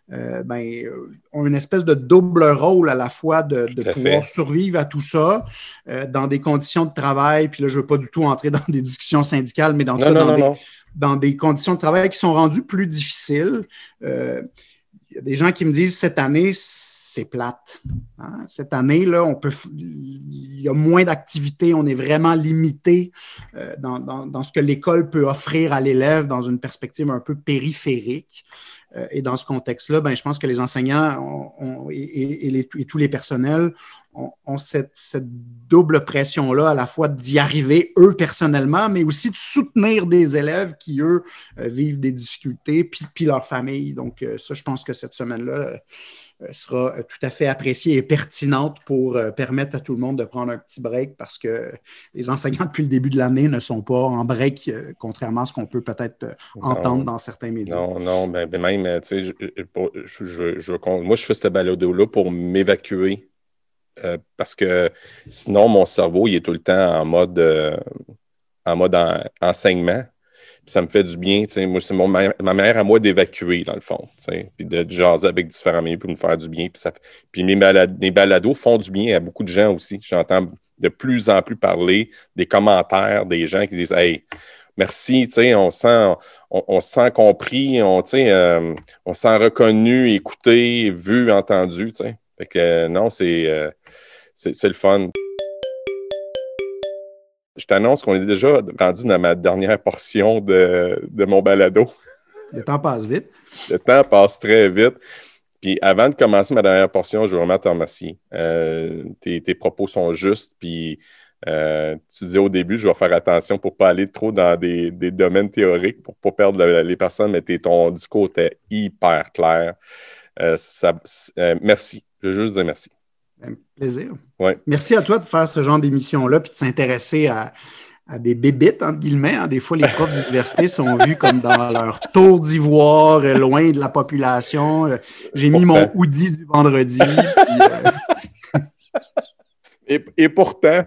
Speaker 2: ont une espèce de double rôle à la fois de pouvoir survivre à tout ça dans des conditions de travail. Puis là, je ne veux pas du tout entrer dans des discussions syndicales, mais dans des conditions de travail qui sont rendues plus difficiles. Il y a des gens qui me disent cette année, c'est plate. Hein? Cette année, là, il y a moins d'activités, on est vraiment limité dans ce que l'école peut offrir à l'élève dans une perspective un peu périphérique. Et dans ce contexte-là, je pense que les enseignants et tous les personnels ont cette double pression-là, à la fois d'y arriver eux personnellement, mais aussi de soutenir des élèves qui, eux, vivent des difficultés, puis leur famille. Donc, ça, je pense que cette semaine-là sera tout à fait appréciée et pertinente pour permettre à tout le monde de prendre un petit break parce que les enseignants, depuis le début de l'année, ne sont pas en break, contrairement à ce qu'on peut peut-être entendre dans certains médias.
Speaker 1: Non, même, tu sais, moi, je fais ce balado-là pour m'évacuer parce que sinon, mon cerveau, il est tout le temps en mode enseignement. Puis ça me fait du bien. Moi, c'est ma manière à moi d'évacuer, dans le fond. Puis de jaser avec différents milieux pour me faire du bien. Puis mes balados font du bien à beaucoup de gens aussi. J'entends de plus en plus parler des commentaires des gens qui disent « Hey, merci, on se sent compris, on se sent reconnu, écouté, vu, entendu. » Fait que non, c'est le fun. Je t'annonce qu'on est déjà rendu dans ma dernière portion de mon balado.
Speaker 2: Le temps passe vite.
Speaker 1: Le temps passe très vite. Puis avant de commencer ma dernière portion, je veux vraiment te remercier. Tes propos sont justes. Puis tu disais au début, je vais faire attention pour ne pas aller trop dans des domaines théoriques, pour ne pas perdre les personnes, mais ton discours était hyper clair. Merci. Je veux juste dire merci.
Speaker 2: Plaisir.
Speaker 1: Ouais.
Speaker 2: Merci à toi de faire ce genre d'émission-là puis de s'intéresser à des bébites, entre guillemets. Hein. Des fois, les profs d'université sont vus comme dans leur tour d'ivoire, loin de la population. J'ai mis mon hoodie du vendredi.
Speaker 1: Et pourtant,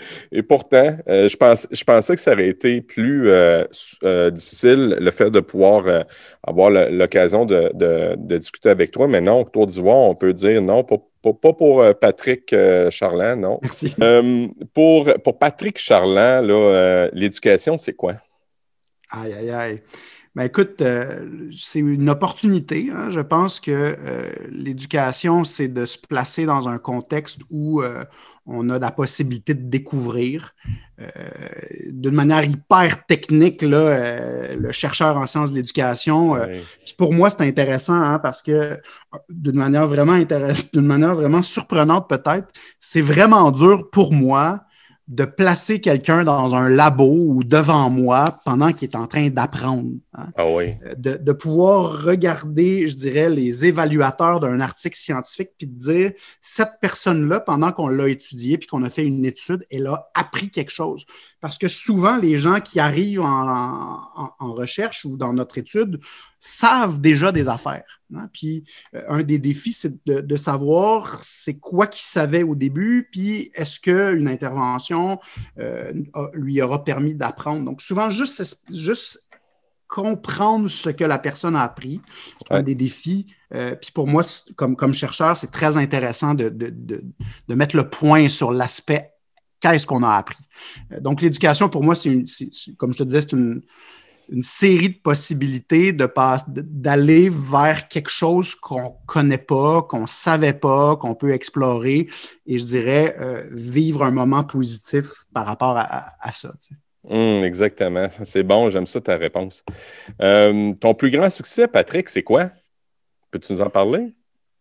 Speaker 1: je pensais que ça aurait été plus difficile, le fait de pouvoir avoir l'occasion de discuter avec toi. Mais non, tour d'ivoire, on peut dire non, pas pour Patrick Charland, non.
Speaker 2: Merci.
Speaker 1: Pour Patrick Charland, là, l'éducation, c'est quoi?
Speaker 2: Aïe, aïe, aïe. Écoute, c'est une opportunité. Hein. Je pense que l'éducation, c'est de se placer dans un contexte où on a la possibilité de découvrir d'une manière hyper technique là, le chercheur en sciences de l'éducation.
Speaker 1: Oui.
Speaker 2: Pour moi, c'est intéressant hein, parce que d'une manière vraiment surprenante peut-être, c'est vraiment dur pour moi de placer quelqu'un dans un labo ou devant moi pendant qu'il est en train d'apprendre. Hein.
Speaker 1: Ah oui.
Speaker 2: De pouvoir regarder, je dirais, les évaluateurs d'un article scientifique puis de dire, cette personne-là, pendant qu'on l'a étudié puis qu'on a fait une étude, elle a appris quelque chose. Parce que souvent, les gens qui arrivent en recherche ou dans notre étude savent déjà des affaires. Hein? Puis un des défis, c'est de savoir c'est quoi qu'ils savaient au début, puis est-ce qu'une intervention lui aura permis d'apprendre. Donc souvent, juste comprendre ce que la personne a appris, c'est un des défis. Puis pour moi, comme chercheur, c'est très intéressant de mettre le point sur l'aspect qu'est-ce qu'on a appris. Donc l'éducation, pour moi, comme je te disais, c'est une série de possibilités d'aller vers quelque chose qu'on ne connaît pas, qu'on ne savait pas, qu'on peut explorer et je dirais vivre un moment positif par rapport à ça. Tu sais.
Speaker 1: Exactement. C'est bon, j'aime ça ta réponse. Ton plus grand succès, Patrick, c'est quoi? Peux-tu nous en parler?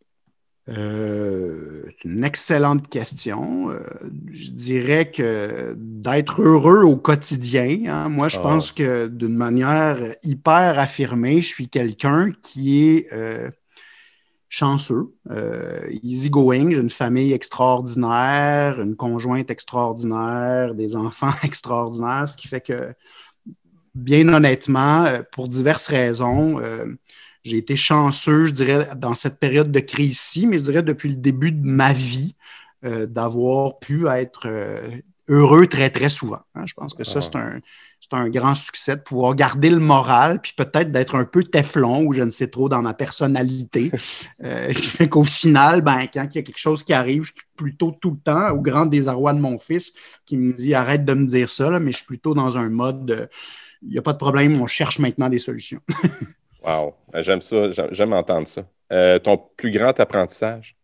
Speaker 2: C'est une excellente question. Je dirais que d'être heureux au quotidien, hein, moi, je pense que d'une manière hyper affirmée, je suis quelqu'un qui est chanceux, easygoing. J'ai une famille extraordinaire, une conjointe extraordinaire, des enfants extraordinaires, ce qui fait que, bien honnêtement, pour diverses raisons, j'ai été chanceux, je dirais, dans cette période de crise-ci, mais je dirais depuis le début de ma vie, d'avoir pu être heureux très, très souvent. Hein. Je pense que ça, c'est un grand succès de pouvoir garder le moral, puis peut-être d'être un peu téflon ou je ne sais trop dans ma personnalité. Qui fait qu'au final, quand il y a quelque chose qui arrive, je suis plutôt tout le temps, au grand désarroi de mon fils, qui me dit « Arrête de me dire ça », là, mais je suis plutôt dans un mode « Il n'y a pas de problème, on cherche maintenant des solutions ».
Speaker 1: Wow, j'aime ça, j'aime entendre ça. Ton plus grand apprentissage?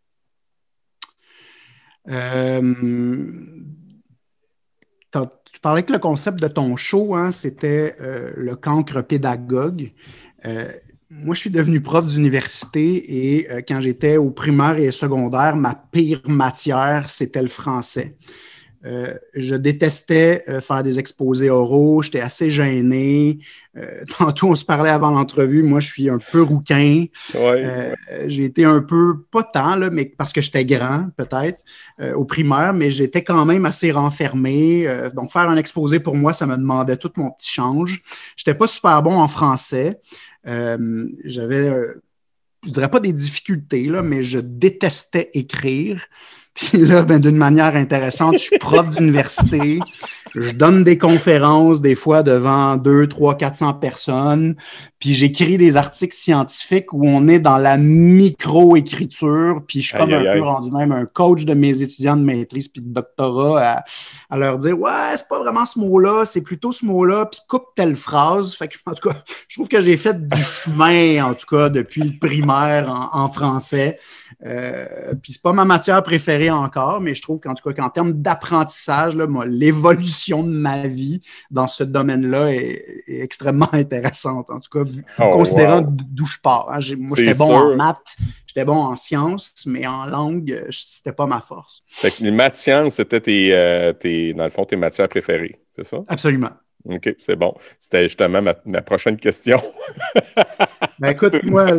Speaker 2: Tu parlais que le concept de ton show, hein, c'était le cancre pédagogue. Moi, je suis devenu prof d'université et quand j'étais au primaire et au secondaire, ma pire matière, c'était le français. Je détestais faire des exposés oraux, j'étais assez gêné. Tantôt, on se parlait avant l'entrevue, moi, je suis un peu rouquin.
Speaker 1: Ouais.
Speaker 2: J'ai été un peu, pas tant, là, mais parce que j'étais grand, peut-être, au primaire, mais j'étais quand même assez renfermé. Donc, faire un exposé, pour moi, ça me demandait tout mon petit change. Je n'étais pas super bon en français. J'avais, je dirais pas des difficultés, là, mais je détestais écrire. Puis là, d'une manière intéressante, je suis prof d'université. Je donne des conférences, des fois devant 200, 300, 400 personnes. Puis j'écris des articles scientifiques où on est dans la micro-écriture. Puis je suis comme un peu rendu même un coach de mes étudiants de maîtrise puis de doctorat à leur dire « Ouais, c'est pas vraiment ce mot-là, c'est plutôt ce mot-là, puis coupe telle phrase. » Fait que, en tout cas, je trouve que j'ai fait du chemin, en tout cas, depuis le primaire en français. Puis c'est pas ma matière préférée encore, mais je trouve qu'en tout cas, qu'en termes d'apprentissage, là, l'évolution de ma vie dans ce domaine-là est extrêmement intéressante, en tout cas, considérant d'où je pars. Hein. Moi, j'étais bon en maths, j'étais bon en sciences, mais en langue, c'était pas ma force.
Speaker 1: Fait que les maths sciences, c'était dans le fond, tes matières préférées, c'est ça?
Speaker 2: Absolument.
Speaker 1: OK, c'est bon. C'était justement ma prochaine question.
Speaker 2: Ben écoute, moi,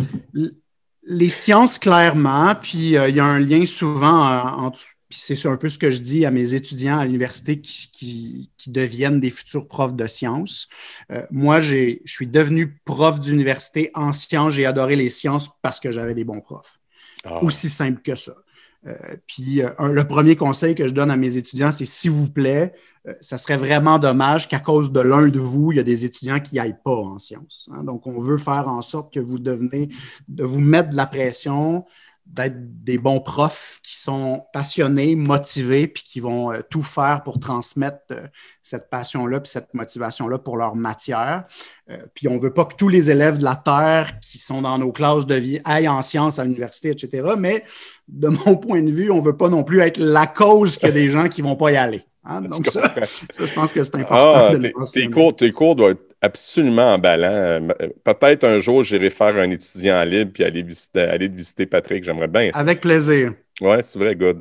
Speaker 2: les sciences, clairement, puis il y a un lien souvent entre, puis c'est un peu ce que je dis à mes étudiants à l'université qui deviennent des futurs profs de sciences. Moi, je suis devenu prof d'université en sciences, j'ai adoré les sciences parce que j'avais des bons profs. Aussi simple que ça. Puis le premier conseil que je donne à mes étudiants, c'est s'il vous plaît, ça serait vraiment dommage qu'à cause de l'un de vous, il y a des étudiants qui n'aillent pas en sciences. Hein? Donc, on veut faire en sorte que de vous mettre de la pression, d'être des bons profs qui sont passionnés, motivés, puis qui vont tout faire pour transmettre cette passion-là puis cette motivation-là pour leur matière. Puis on ne veut pas que tous les élèves de la Terre qui sont dans nos classes de vie aillent en sciences à l'université, etc. Mais de mon point de vue, on ne veut pas non plus être la cause qu'il y a des gens qui ne vont pas y aller. Hein? Donc ça, je pense que c'est important de le mentionner.
Speaker 1: Tes cours doivent être absolument emballants. Peut-être un jour, j'irai faire un étudiant libre puis aller visiter Patrick. J'aimerais bien ça.
Speaker 2: Avec plaisir.
Speaker 1: Oui, c'est vrai, good.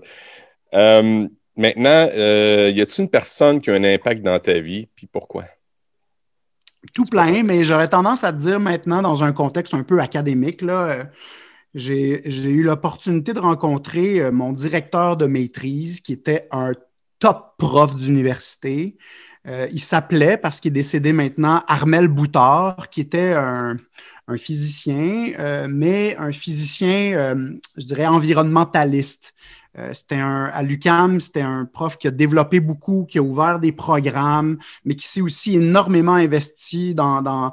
Speaker 1: Maintenant, y a-t-il une personne qui a un impact dans ta vie, puis pourquoi?
Speaker 2: Tout plein, mais j'aurais tendance à te dire maintenant, dans un contexte un peu académique, là, j'ai eu l'opportunité de rencontrer mon directeur de maîtrise, qui était un top prof d'université. Il s'appelait, parce qu'il est décédé maintenant, Armel Boutard, qui était un physicien, mais un physicien, je dirais, environnementaliste. À l'UQAM, c'était un prof qui a développé beaucoup, qui a ouvert des programmes, mais qui s'est aussi énormément investi dans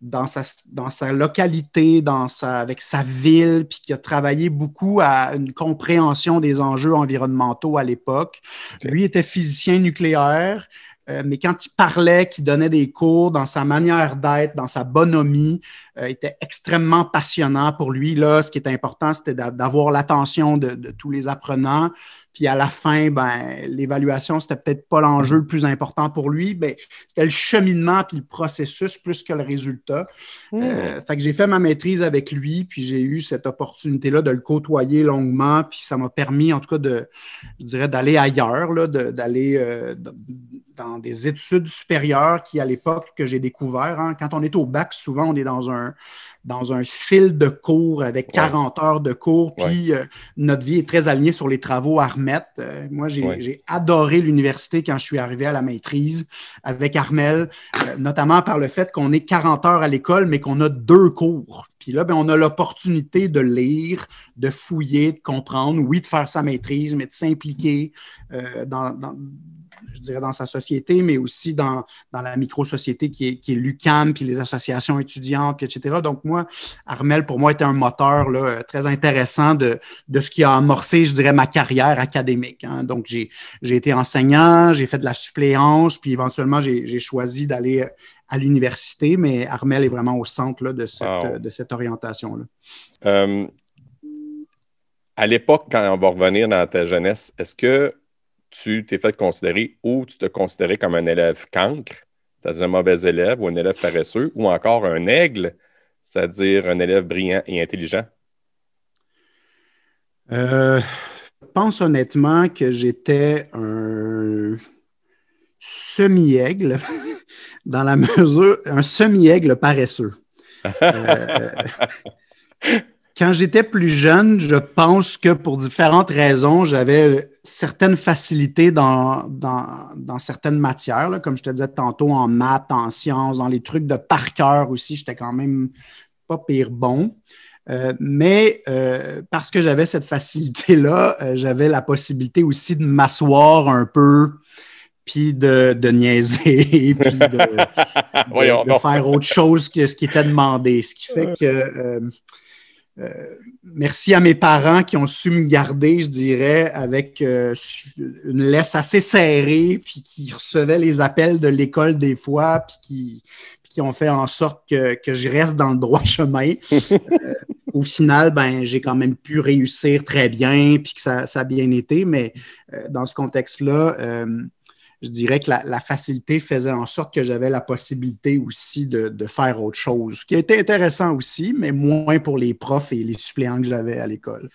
Speaker 2: sa localité, avec sa ville, puis qui a travaillé beaucoup à une compréhension des enjeux environnementaux à l'époque. Okay. Lui était physicien nucléaire, mais quand il parlait, qu'il donnait des cours, dans sa manière d'être, dans sa bonhomie, était extrêmement passionnant pour lui. Là, ce qui est important, c'était d'avoir l'attention de tous les apprenants. Puis à la fin, l'évaluation, c'était peut-être pas l'enjeu le plus important pour lui. C'était le cheminement puis le processus plus que le résultat. Fait que j'ai fait ma maîtrise avec lui, puis j'ai eu cette opportunité-là de le côtoyer longuement. Puis ça m'a permis, en tout cas, d'aller ailleurs, là, d'aller dans des études supérieures qui, à l'époque, que j'ai découvert, hein, quand on est au bac, souvent, on est dans un fil de cours avec 40 heures de cours, puis notre vie est très alignée sur les travaux Armet. Moi, j'ai adoré l'université quand je suis arrivé à la maîtrise avec Armel, notamment par le fait qu'on est 40 heures à l'école, mais qu'on a 2 cours. Puis là, on a l'opportunité de lire, de fouiller, de comprendre, oui, de faire sa maîtrise, mais de s'impliquer je dirais, dans sa société, mais aussi dans la micro-société qui est l'UQAM, puis les associations étudiantes, puis etc. Donc, moi, Armel, pour moi, était un moteur là, très intéressant de ce qui a amorcé, je dirais, ma carrière académique. Hein. Donc, j'ai été enseignant, j'ai fait de la suppléance, puis éventuellement, j'ai choisi d'aller à l'université, mais Armel est vraiment au centre là, de cette orientation-là.
Speaker 1: À l'époque, quand on va revenir dans ta jeunesse, est-ce que tu t'es fait considérer ou tu te considérais comme un élève cancre, c'est-à-dire un mauvais élève ou un élève paresseux, ou encore un aigle, c'est-à-dire un élève brillant et intelligent?
Speaker 2: Je pense honnêtement que j'étais un semi-aigle, dans la mesure, un semi-aigle paresseux. Quand j'étais plus jeune, je pense que pour différentes raisons, j'avais certaines facilités dans certaines matières, là, comme je te disais tantôt, en maths, en sciences, dans les trucs de par cœur aussi, j'étais quand même pas pire bon. Mais parce que j'avais cette facilité-là, j'avais la possibilité aussi de m'asseoir un peu, puis de niaiser, puis de faire autre chose que ce qui était demandé. Ce qui fait que... merci à mes parents qui ont su me garder, je dirais, avec une laisse assez serrée, puis qui recevaient les appels de l'école des fois, puis qui ont fait en sorte que je reste dans le droit chemin. Au final, j'ai quand même pu réussir très bien, puis que ça a bien été, mais dans ce contexte-là, je dirais que la facilité faisait en sorte que j'avais la possibilité aussi de faire autre chose, ce qui était intéressant aussi, mais moins pour les profs et les suppléants que j'avais à l'école.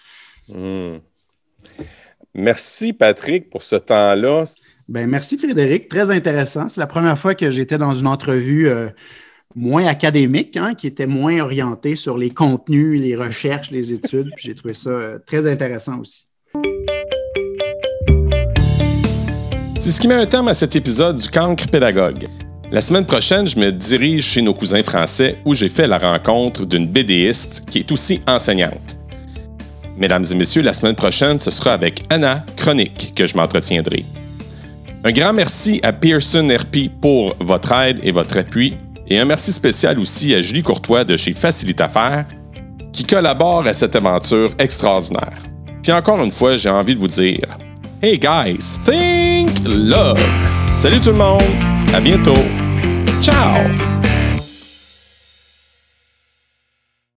Speaker 1: Merci, Patrick, pour ce temps-là.
Speaker 2: Merci, Frédéric. Très intéressant. C'est la première fois que j'étais dans une entrevue moins académique, hein, qui était moins orientée sur les contenus, les recherches, les études. Puis j'ai trouvé ça très intéressant aussi.
Speaker 1: C'est ce qui met un terme à cet épisode du Cancre pédagogue. La semaine prochaine, je me dirige chez nos cousins français où j'ai fait la rencontre d'une BDiste qui est aussi enseignante. Mesdames et messieurs, la semaine prochaine, ce sera avec Anna Chronique que je m'entretiendrai. Un grand merci à Pearson RP pour votre aide et votre appui, et un merci spécial aussi à Julie Courtois de chez Facilite-Affaires qui collabore à cette aventure extraordinaire. Puis encore une fois, j'ai envie de vous dire... Hey guys, think love! Salut tout le monde! À bientôt! Ciao!